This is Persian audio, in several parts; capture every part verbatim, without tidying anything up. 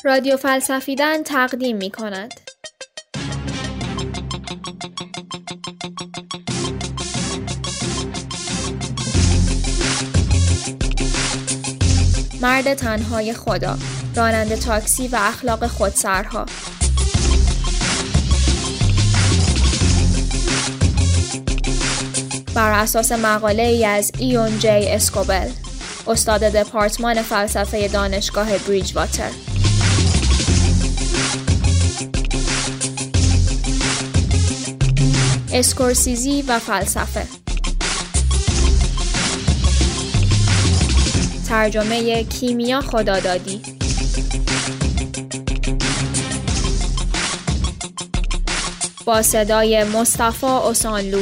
رادیو فلسفیدن تقدیم می کند. مرد تنهای خدا، راننده تاکسی و اخلاق خودسرها. بر اساس مقاله ای از ایون جی اسکوبل، استاد دپارتمان فلسفه دانشگاه بریجواتر. اسکورسیزی و فلسفه. ترجمه کیمیا خدادادی. با صدای مصطفی اوسانلو.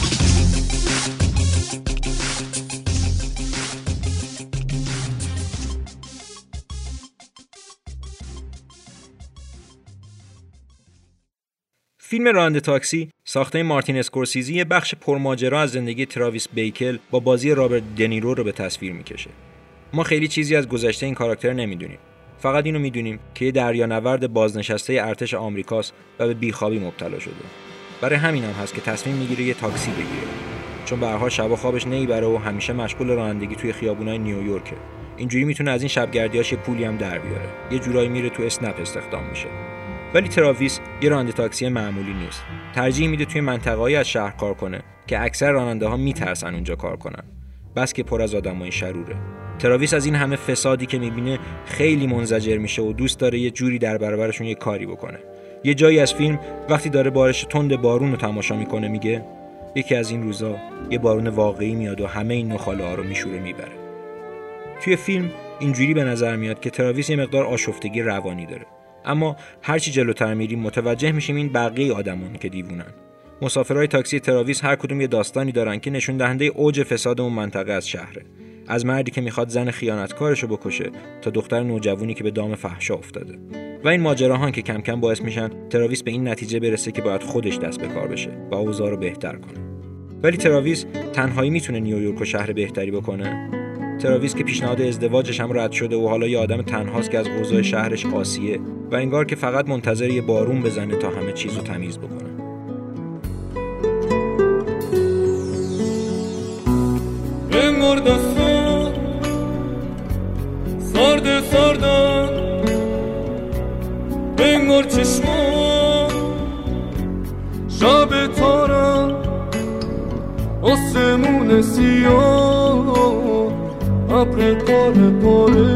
فیلم راننده تاکسی ساخته مارتین اسکورسیزی یه بخش پرماجرا از زندگی تراویس بیکل با بازی رابرت دنیرو رو به تصویر میکشه. ما خیلی چیزی از گذشته این کاراکتر نمیدونیم. فقط اینو میدونیم که یه دریانورد بازنشسته ارتش آمریکاست و به بیخوابی مبتلا شده. برای همین هم هست که تصمیم میگیره یه تاکسی بگیره. چون به هر حال شب خوابش نمیبره و همیشه مشغول رانندگی توی خیابونای نیویورکه. اینجوری میتونه از این شبگردیاش یه پولی هم در بیاره. یه جورایی میره تو اسنپ استخدام میشه. ولی تراویس یه راننده تاکسی معمولی نیست. ترجیح میده توی منطقه‌ای از شهر کار کنه که اکثر راننده‌ها میترسن اونجا کار کنن. بس که پر از آدمای شروره. تراویس از این همه فسادی که میبینه خیلی منزجر میشه و دوست داره یه جوری در برابرشون یه کاری بکنه. یه جایی از فیلم وقتی داره بارش تند بارون رو تماشا میکنه میگه یکی از این روزا یه بارون واقعی میاد و همه این نخاله‌ها رو میشوره میبره. توی فیلم اینجوری به نظر میاد که تراویس یه مقدار آشفتگی روانی داره. اما هرچی جلوتر میریم متوجه میشیم این بقیه آدمون که دیوونن. مسافرای تاکسی تراویس هر کدوم یه داستانی دارن که نشون دهنده اوج فساد اون منطقه از شهره. از مردی که میخواد زن خیانتکارشو بکشه تا دختر نوجوانی که به دام فحشا افتاده. و این ماجراهان که کم کم باعث میشن تراویس به این نتیجه برسه که باید خودش دست به کار بشه و اوضاع رو بهتر کنه. ولی تراویس تنهایی میتونه نیویورک رو شهر بهتری بکنه؟ تراویس که پیشنهاد ازدواجش هم رد شده و حالا یه آدم تنهاست که از اوضاع شهرش قاسیه و انگار که فقط منتظر یه بارون بزنه تا همه چیزو تمیز بکنه. انگار دستا سرد سردن انگار چشما شب تارم آسمون سیاه ابر پاره پاره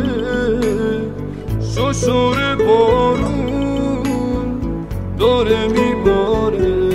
ششور بارون داره میباره.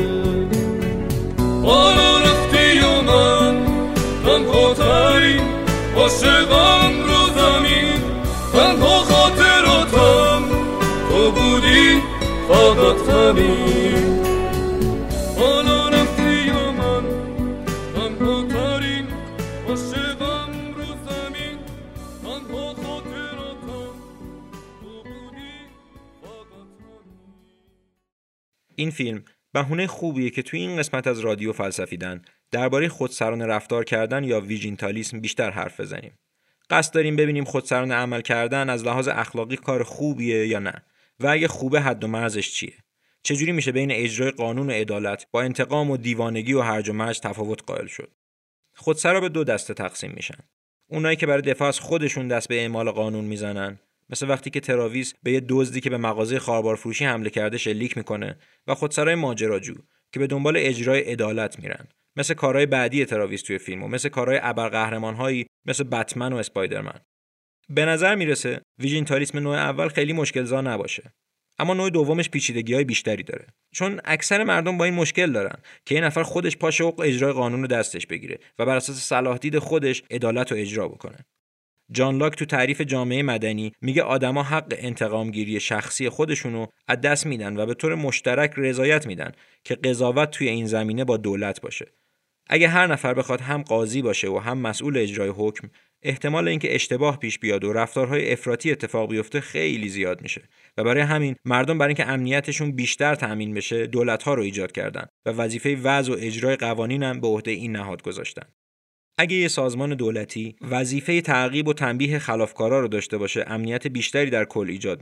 حالا رفتی و من تنها ترین عاشقم رو زمین تنها خاطراتم تو بودی فقط همین. حالا رفتی و من تنها ترین عاشقم رو زمین تنها خاطراتم تو بودی فقط همین. این فیلم بهونه خوبیه که توی این قسمت از رادیو فلسفیدن درباره خودسرانه رفتار کردن یا ویژینتالیسم بیشتر حرف بزنیم. قصد داریم ببینیم خودسرانه عمل کردن از لحاظ اخلاقی کار خوبیه یا نه و اگه خوبه حد و مرزش چیه. چجوری میشه بین اجرای قانون و عدالت با انتقام و دیوانگی و هرج و مرج تفاوت قائل شد. خودسرا به دو دسته تقسیم میشن. اونایی که برای دفاع از خودشون دست به اعمال قانون میزنن، مثل وقتی که تراویس به یه دزدی که به مغازه خاربار فروشی حمله کرده شلیک میکنه، و خودسرای ماجراجو که به دنبال اجرای عدالت میرن، مثل کارهای بعدی تراویس توی فیلم و مثل کارهای ابرقهرمان‌هایی مثل بتمن و اسپایدرمن. به نظر میرسه ویژینتالیسم نوع اول خیلی مشکل‌زا نباشه، اما نوع دومش پیچیدگی‌های بیشتری داره، چون اکثر مردم با این مشکل دارن که یه نفر خودش پاشه و اجرای قانون رو دستش بگیره و بر اساس صلاح دید خودش عدالت رو اجرا بکنه. جان لاک تو تعریف جامعه مدنی میگه آدما حق انتقام گیری شخصی خودشونو از دست میدن و به طور مشترک رضایت میدن که قضاوت توی این زمینه با دولت باشه. اگه هر نفر بخواد هم قاضی باشه و هم مسئول اجرای حکم، احتمال اینکه اشتباه پیش بیاد و رفتارهای افراطی اتفاق بیفته خیلی زیاد میشه و برای همین مردم برای اینکه امنیتشون بیشتر تامین بشه دولت‌ها رو ایجاد کردن و وظیفه وضع و اجرای قوانین هم به عهده این نهاد گذاشتن. اگه یه سازمان دولتی وظیفه تعقیب و تنبیه خلافکارا رو داشته باشه، امنیت بیشتری در کل ایجاد میشه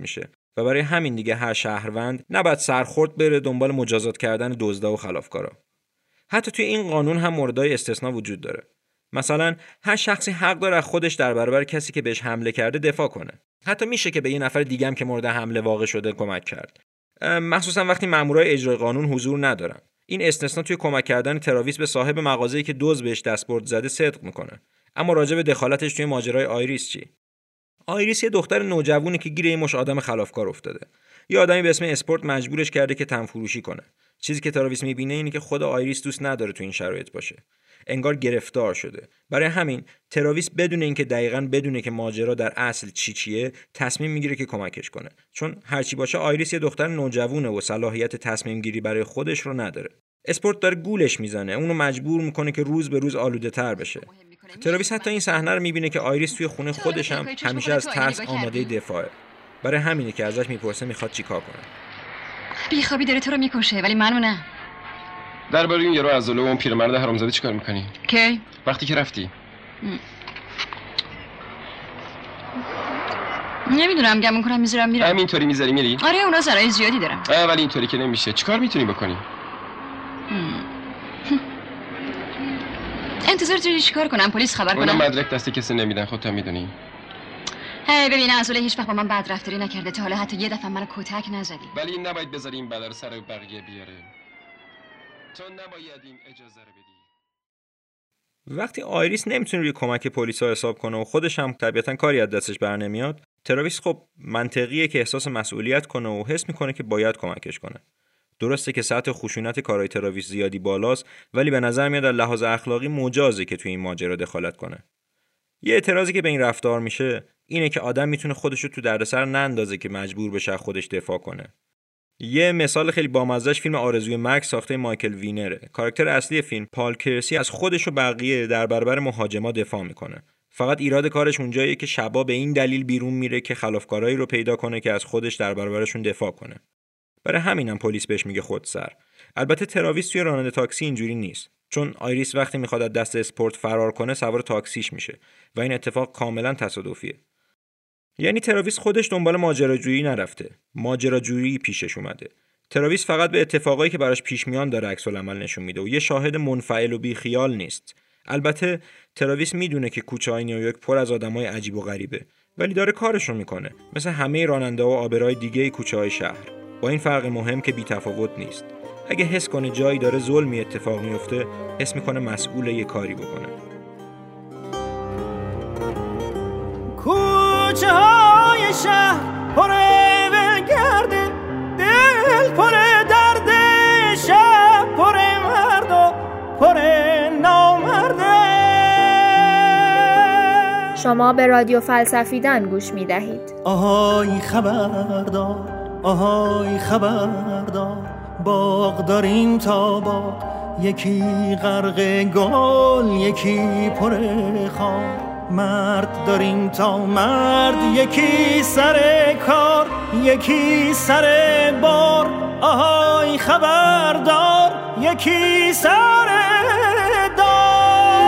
و برای همین دیگه هر شهروند نباید سرخورد بره دنبال مجازات کردن دزدا و خلافکارا. حتی توی این قانون هم موردهای استثنا وجود داره. مثلا هر شخصی حق داره خودش در برابر کسی که بهش حمله کرده دفاع کنه. حتی میشه که به یه نفر دیگه هم که مورد حمله واقع شده کمک کرد. مخصوصا وقتی مامورای اجرای قانون حضور ندارن. این استثنا توی کمک کردن تراویس به صاحب مغازه‌ای که دزد بهش دستبرد زده صدق میکنه. اما راجع به دخالتش توی ماجرای آیریس چی؟ آیریس یه دختر نوجوانی که گیر یه مش آدم خلافکار افتاده. یه آدمی به اسم اسپورت مجبورش کرده که تن فروشی کنه. چیزی که تراویس میبینه اینه که خود آیریس دوست نداره تو این شرایط باشه. انگار گرفتار شده. برای همین تراویس بدون اینکه دقیقاً بدونه که ماجرا در اصل چی چیه، تصمیم میگیره که کمکش کنه. چون هرچی باشه آیریس یه دختر نوجوانه و صلاحیت تصمیم گیری برای خودش رو نداره. اسپورت داره گولش میزنه، اونو مجبور میکنه که روز به روز آلوده‌تر بشه. تراویس حتی این صحنه رو میبینه که آیریس توی خونه خودش هم همیشه از ترس آماده دفاعه. برای همینه که ازش میپرسه میخواد چیکار کنه. بیخوابی داره تو رو میکشه ولی منو نه. درباره این یارو عضله و اون پیرمرد حرامزاده چیکار میکنی؟ کی؟ وقتی که رفتی. نمیدونم گمون کنم میذارم میرم. همینطوری میذاری میری؟ آره اونا سرای زیادی دارم. آه ولی اینطوری که نمیشه. چیکار میتونی بکنی؟ انتظار داری چیکار کنم؟ پلیس خبر کنم؟ اونم مدرک دست کسی نمیدن، خودت هم میدونی. هی ببین عضله هیچ وقت با من بد رفتاری نکرده تا حالا، حتی یه دفعه منو کتک نزدی. ولی این نباید بذاری این بلا رو سر بقیه بیاره. تو نباید این اجازه رو بدی. وقتی آیریس نمیتونه روی کمک پلیسا حساب کنه و خودش هم طبیعتاً کاری از دستش بر نمیاد، تراویس خب منطقیه که احساس مسئولیت کنه و حس میکنه که باید کمکش کنه. درسته که سطح خشونت کارهای تراویس زیادی بالاست، ولی به نظر میاد از لحاظ اخلاقی مجازه که توی این ماجرا دخالت کنه. یه اعتراضی که به این رفتار میشه اینه که آدم میتونه خودش رو تو دردسر نندازه که مجبور بشه خودش دفاع کنه. یه مثال خیلی بامزه‌اش فیلم آرزوی مرگ ساخته مایکل وینره. کاراکتر اصلی فیلم پال کرسی از خودش و بقیه در برابر مهاجما دفاع میکنه. فقط ایراد کارش اونجاییه که شبا به این دلیل بیرون میره که خلافکارایی رو پیدا کنه که از خودش در برابرشون دفاع کنه. برای همینم پلیس بهش میگه خودسر. البته تراویس توی راننده تاکسی اینجوری نیست، چون آیریس وقتی میخواد از دست اسپورت فرار کنه سوار تاکسیش میشه و این اتفاق کاملا تصادفیه. یعنی تراویس خودش دنبال ماجراجویی نرفته، ماجراجویی پیشش اومده. تراویس فقط به اتفاقایی که براش پیش میان داره عکس العمل نشون میده و یه شاهد منفعل و بیخیال نیست. البته تراویس میدونه که کوچه‌های نیویورک پر از آدمای عجیب و غریبه، ولی داره کارشو میکنه، مثل همه راننده‌ها و آبرای دیگه کوچه‌های شهر. با این فرق مهم که بی‌تفاوت نیست. اگه حس کنه جایی داره ظلمی اتفاق میفته، حس میکنه مسئول یه کاری بکنه. کوچه های شهر پر گرده، دل پر درد، شب پر مرد و پر نامرده. شما به رادیو فلسفیدن گوش می دهید. آهای خبردار، آهای خبردار، باغ داریم تا باغ، یکی غرق گل یکی پر خار. مرد داریم تا مرد، یکی سر کار یکی سر بار. آهای خبردار، یکی سر دار.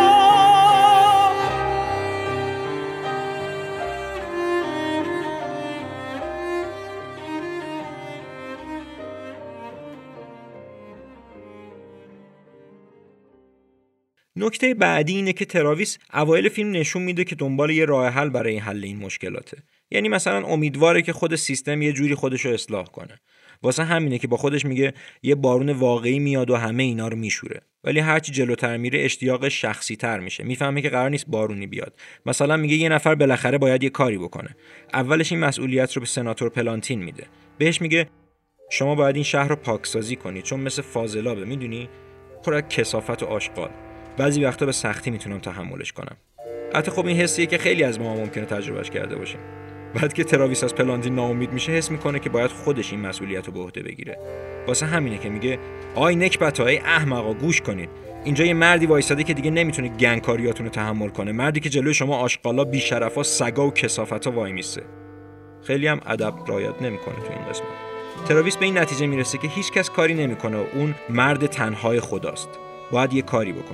نکته بعدی اینه که تراویس اوایل فیلم نشون میده که دنبال یه راه حل برای حل این مشکلاته. یعنی مثلا امیدواره که خود سیستم یه جوری خودش رو اصلاح کنه. واسه همینه که با خودش میگه یه بارون واقعی میاد و همه اینا رو میشوره. ولی هرچی جلوتر میره اشتیاقش شخصی تر میشه. میفهمه که قرار نیست بارونی بیاد. مثلا میگه یه نفر بالاخره باید یه کاری بکنه. اولش این مسئولیت رو به سناتور پلانتین میده. بهش میگه شما باید این شهر رو پاکسازی کنی، چون مثل فاضلابه، میدونی؟ پر از کثافت و آشغال. بعضی وقتا به سختی میتونم تحملش کنم. حتی خب این حسیه که خیلی از ما ممکنه تجربهش کرده باشیم. بعد که تراویس از پلانتین ناامید میشه، حس میکنه که باید خودش این مسئولیت رو به عهده بگیره. واسه همینه که میگه آی نکبتا، ای احمقا، گوش کنید. اینجا یه مردی وایساده که دیگه نمیتونه گنگکاریاتون رو تحمل کنه. مردی که جلوی شما آشغالا، بی‌شرفا، سگا و کثافتا وای میسته. خیلی هم ادب رعایت نمیکنه تو این قسمت. تراویس به این نتیجه میرسه که هیچ کس کاری نمیکنه و اون مرد تنهای خداست. باید یه کاری بکنه.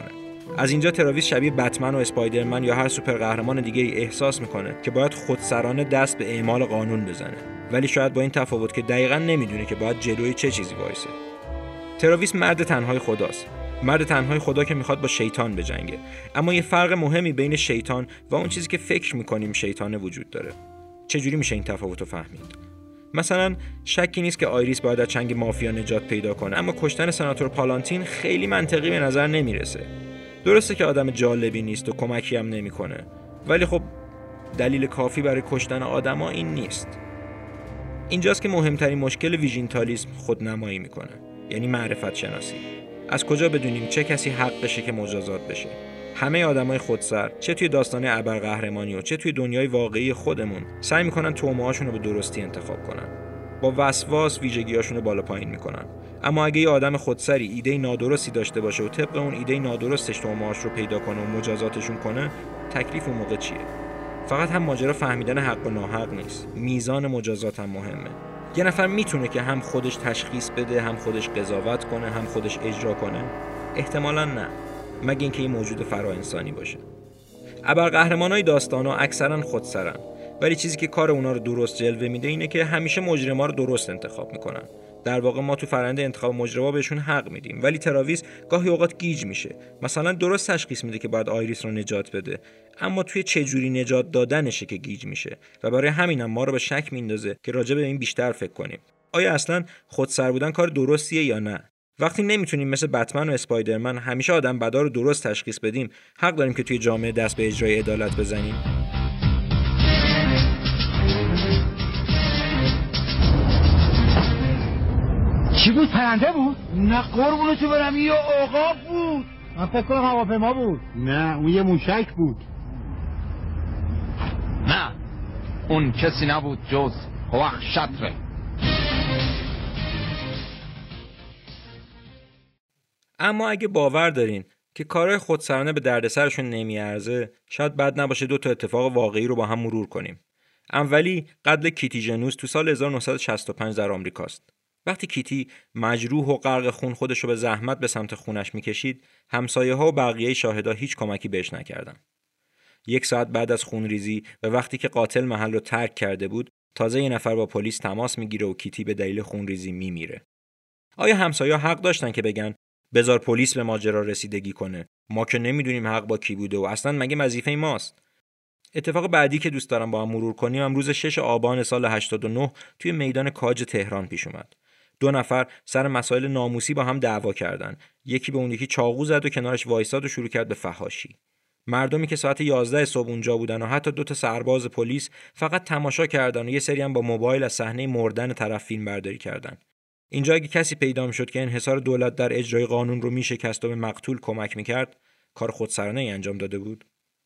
از اینجا تراویس شبیه بتمن و اسپایدرمن یا هر سوپر قهرمان دیگه‌ای احساس میکنه که باید خودسرانه دست به اعمال قانون بزنه، ولی شاید با این تفاوت که دقیقاً نمیدونه که باید جلوی چه چیزی وایسه. تراویس مرد تنهای خداست، مرد تنهای خدا که میخواد با شیطان بجنگه، اما یه فرق مهمی بین شیطان و اون چیزی که فکر میکنیم شیطانه وجود داره. چجوری میشه این تفاوت رو فهمید؟ مثلا شکی نیست که آیریس باید از چنگ مافیا نجات پیدا کنه، اما کشتن سناتور پالانتین خیلی منطقی به نظر نمیرسه. درسته که آدم جالبی نیست و کمکی هم نمیکنه، ولی خب دلیل کافی برای کشتن آدما این نیست. اینجاست که مهمترین مشکل ویژینتالیسم خودنمایی میکنه، یعنی معرفت شناسی. از کجا بدونیم چه کسی حقشه که مجازات بشه؟ همه آدمای خودسر، چه توی داستانه ابرقهرمانی و چه توی دنیای واقعی خودمون، سعی میکنن تومه‌هاشون رو به درستی انتخاب کنن. با وسواس ویژگی‌هاشون رو بالا پایین میکنن. اما اگه یه آدم خودسری ایده نادرستی داشته باشه و طبق اون ایده نادرستش تومه‌هاش رو پیدا کنه و مجازاتشون کنه، تکلیف اون موقع چیه؟ فقط هم ماجرا فهمیدن حق و ناحق نیست، میزان مجازات هم مهمه. یه نفر میتونه که هم خودش تشخیص بده، هم خودش قضاوت کنه، هم خودش اجرا کنه؟ احتمالاً نه، مگه اینکه این موجود فرا انسانی باشه. ابرقهرمانای داستانا اکثرا خودسرن، ولی چیزی که کار اونا رو درست جلوه میده اینه که همیشه مجرما رو درست انتخاب میکنن. در واقع ما تو فرآیند انتخاب مجرما بهشون حق میدیم، ولی تراویس گاهی اوقات گیج میشه. مثلا درست تشخیص میده که باید آیریس رو نجات بده، اما توی چه جوری نجات دادنشه که گیج میشه و برای همینم ما رو به شک میندازه که راجع به این بیشتر فکر کنیم. آیا اصلا خودسر بودن کار درستیه یا نه؟ وقتی نمیتونیم مثل بتمن و اسپایدرمن همیشه آدم بدا رو درست تشخیص بدیم، حق داریم که توی جامعه دست به اجرای عدالت بزنیم. چی بود؟ پرنده بود؟ نه قربونتو برم، یه عقاب بود. من فکر کنم هواپیما بود. نه اون یه موشک بود. نه اون کسی نبود جز هوخ شطره. اما اگه باور دارین که کارهای خودسرانه به دردسرشون نمیارزه، شاید بد نباشه دو تا اتفاق واقعی رو با هم مرور کنیم. اولی قتل کیتی ژنوس تو سال هزار و نهصد و شصت و پنج در آمریکاست. وقتی کیتی مجروح و غرق خون خودش رو به زحمت به سمت خونش میکشید، همسایه‌ها و بقیه شاهدا هیچ کمکی بهش نکردن. یک ساعت بعد از خونریزی و وقتی که قاتل محل رو ترک کرده بود، تازه یه نفر با پلیس تماس میگیره و کیتی به دلیل خونریزی میمیره. آیا همسایه‌ها حق داشتن که بگن بذار پلیس به ماجرا رسیدگی کنه، ما که نمیدونیم حق با کی بوده و اصلا مگه وظیفه ماست؟ اتفاق بعدی که دوست دارم با هم مرور کنیم امروز شش آبان سال هشتاد و نه توی میدان کاج تهران پیش اومد. دو نفر سر مسائل ناموسی با هم دعوا کردن. یکی به اون یکی چاقو زد و کنارش وایساد و شروع کرد به فحاشی. مردمی که ساعت یازده صبح اونجا بودن و حتی دو تا سرباز پلیس فقط تماشا کردن و یه سری هم با موبایل از صحنه مردن طرف فیلم برداری کردن. اینجا اگه کسی پیدا می‌شد که انحصار دولت در اجرای قانون رو میشکست و به مقتول کمک می‌کرد، کار خودسرانه ای انجام داده بود.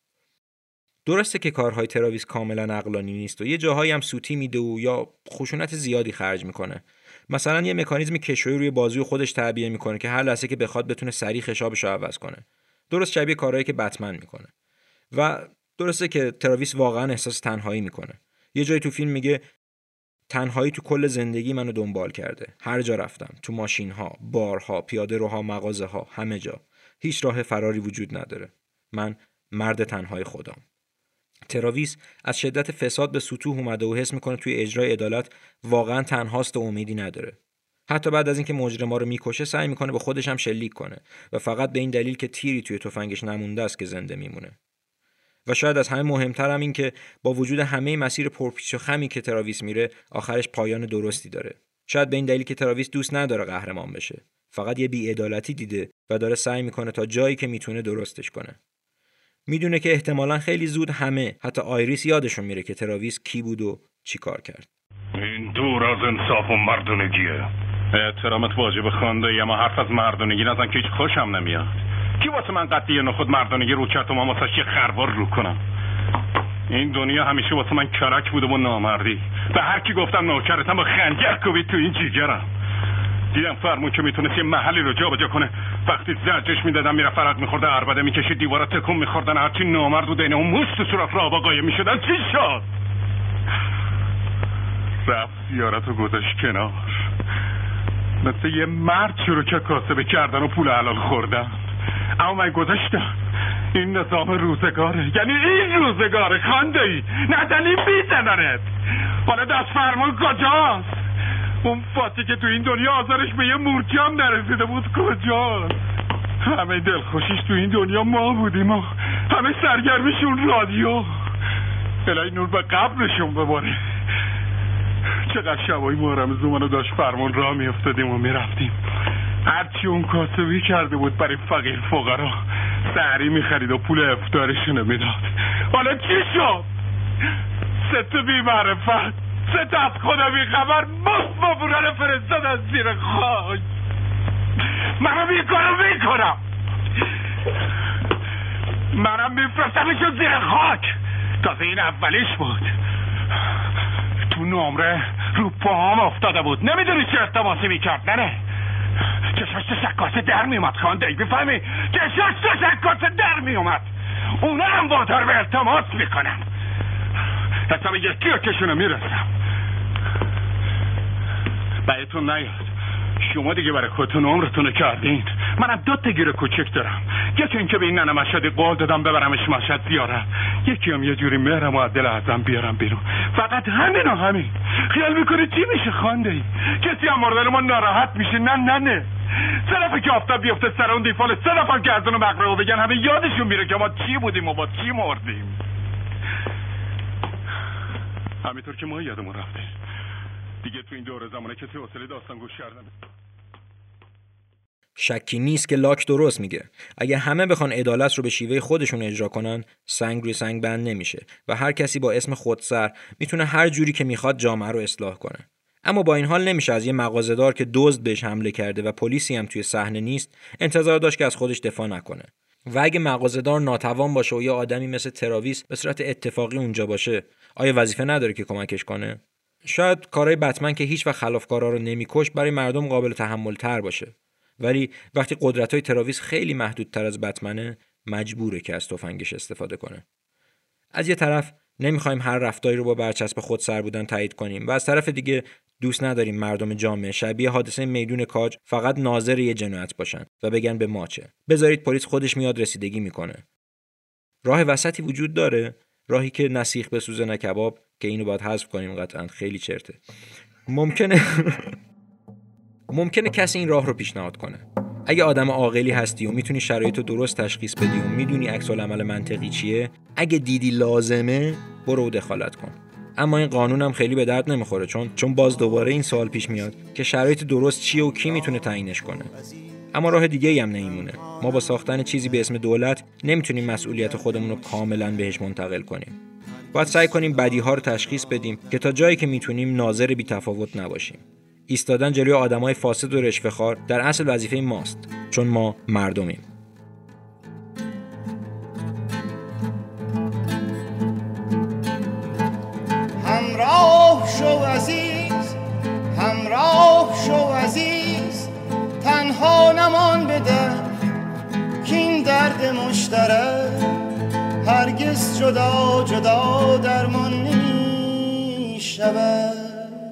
درسته که کارهای تراویس کاملا عقلانی نیست و یه جاهایی هم سوتی میده و یا خشونت زیادی خرج میکنه. مثلا یه مکانیزم کشویی روی بازوی خودش تعبیه میکنه که هر لحظه که بخواد بتونه سریع خشابش رو عوض کنه. درست شبیه کارهایی که بتمن میکنه. و درسته که تراویس واقعا احساس تنهایی میکنه. یه جایی تو فیلم میگه تنهایی تو کل زندگی منو دنبال کرده. هر جا رفتم، تو ماشین‌ها، بارها، پیاده‌روها، مغازه‌ها، همه جا. هیچ راه فراری وجود نداره. من مرد تنهای خودم. تراویس از شدت فساد به سطوح اومده و حس میکنه توی اجرای عدالت واقعا تنهاست و امیدی نداره. حتی بعد از اینکه مجرما رو میکشه سعی میکنه به خودش هم شلیک کنه و فقط به این دلیل که تیری توی تفنگش نمونده است که زنده میمونه. و شاید از همه مهمتر هم این که با وجود همه مسیر پرپیچ و خمی که تراویس میره، آخرش پایان درستی داره. شاید به این دلیل که تراویس دوست نداره قهرمان بشه. فقط یه بی‌عدالتی دیده و داره سعی میکنه تا جایی که میتونه درستش کنه. میدونه که احتمالاً خیلی زود همه، حتی آیریس، یادشون میره که تراویس کی بود و چی کار کرد. این دور از انصاف و مردونگیه. احترامت واجب خانده، اما حرف از مردونگی نزن که هیچ خوشم نمیاد. کی واسه من قطعی نخود مردونگی رو کرد و من واسه یه خروار رو کنم؟ این دنیا همیشه واسه من کرک بوده و نامردی. به هر کی گفتم نوکرتم با خنجر کوبید تو این جیگرم. دیدم فرمون که میتونست یه محلی رو جا بجا کنه، وقتی زجرش میدادم میره فرق میخورده، عربده میکشید، دیوارا تکون میخوردن، هرچی نامرد و دینه اون موست تو صورت را قایم میشدن. چی شد؟ رفت زیارتو گذاشت کنار، مثل یه مرد شروع که کاسبه کردن و پول حلال خوردن. اما من گذاشتم. این نظام روزگاره، یعنی این روزگاره خاندایی ندنی میزننت. حالا دست فرمون کجاست؟ اون فاتی که تو این دنیا آزارش به یه مورچه هم نرسیده بود کجاست؟ همه دلخوشیش تو این دنیا ما بودیم و همه سرگرمشون رادیو. الهی نور به قبرشون بباره. چقدر شبایی محرم زمانو داشت فرمون را میافتادیم و میرفتیم، هرچی اون کاسبی کرده بود برای فقیر فقرا سحری میخرید و پول افطارشونو میداد. حالا چی شد؟ ست بی معرفت، ست از خدا بی خبر مفت با بوران فرستاد از زیر خاک. منم میکنم میکنم منم میفرستمشون زیر خاک. تازه این اولیش بود. تو نمره رو پاهم افتاده بود. نمیدونی چه ارتباطی میکرد؟ نه نه چشاش تو شکاسه در میومد خانده، بفهمی؟ چشاش تو شکاسه در میومد. اونا هم وادار به التماس میکنن. حساب یکی رو کشونو میرسم. بایدتون نیاد، شما دیگه برای خودتون عمرتون رو کردین. منم دو تا گیر کوچک دارم. یکی این که به این ننه مشهدی قول دادم ببرمش مشهد زیارت، یکی هم یه جوری مهرم و عدل ازم بیارم بیرون. فقط همین و همین. خیال میکنی چی میشه خانده ای؟ کسی هم مردن ما ناراحت میشه؟ نه نه نه. سه دفعه که آفتاب بیفته سر اون دیفال، سه دفعه که از اونو مقرقو بگن، همه یادشون میره که ما چی بودیم و با چی مردیم. همینطور که ما یادمون رفته. دیگه تو این دوره زمانه کسی حوصله داستان گوش کردن. شکی نیست که لاک درست میگه. اگه همه بخوان عدالت رو به شیوه خودشون اجرا کنن، سنگ روی سنگ بند نمیشه و هر کسی با اسم خودسر میتونه هر جوری که میخواد جامعه رو اصلاح کنه. اما با این حال نمیشه از یه مغازه‌دار که دزد بهش حمله کرده و پلیسی هم توی صحنه نیست انتظار داشت که از خودش دفاع نکنه. و اگه مغازه‌دار ناتوان باشه و یه آدمی مثل تراویس به صورت اتفاقی اونجا باشه، آیا وظیفه نداره که کمکش کنه؟ شاید کارهای بتمن که هیچ وقت خلافکارا رو نمیکش برای مردم قابل تحمل تر باشه، ولی وقتی قدرت‌های تراویس خیلی محدودتر از بتمنه، مجبوره که از تفنگش استفاده کنه. از یه طرف نمیخوایم هر رفتاری رو با برچسب خودسر بودن تایید کنیم و از طرف دیگه دوست نداریم مردم جامعه شبیه حادثه میدون کاج فقط ناظر یه جنایت باشن و بگن به ما چه. بذارید پلیس خودش میاد رسیدگی میکنه. راه وسطی وجود داره، راهی که نه سیخ بسوزه نه کباب، که اینو باید حذف کنیم قطعاً، خیلی چرته. ممکنه ممکنه کسی این راه رو پیشنهاد کنه. اگه آدم عاقلی هستی و میتونی شرایط رو درست تشخیص بدی و میدونی عکس العمل منطقی چیه، اگه دیدی لازمه برو دخالت کن. اما این قانون هم خیلی به درد نمیخوره، چون چون باز دوباره این سوال پیش میاد که شرایط درست چیه و کی میتونه تعیینش کنه. اما راه دیگه ای هم نمیمونه. ما با ساختن چیزی به اسم دولت نمیتونیم مسئولیت خودمون رو کاملا بهش منتقل کنیم. باید سعی کنیم بدیها رو تشخیص بدیم که تا جایی که میتونیم ناظر بی تفاوت نباشیم. ایستادن جلوی آدمای فاسد و رشوه‌خوار در اصل وظیفه ماست، چون ما مردمیم. همراه شو عزیز، همراه شو عزیز، تنها نمان بده که این درد مشترک هرگز جدا جدا درمان نمی شود.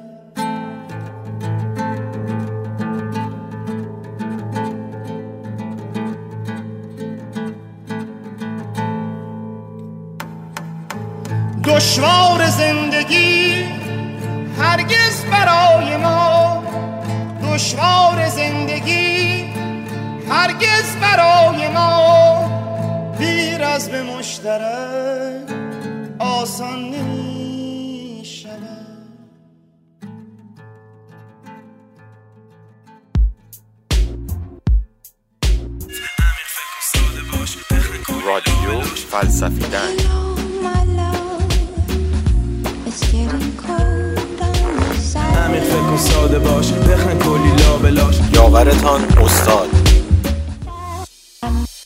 دشوار زندگی هرگز برای ما، دشوار زندگی هرگز برای ما، بی رزم مشترک آسان نمی شود. رادیو فلسفیدن. همین فکر کن ساده باش، بخن کلی لابلاش. یاورتان استاد.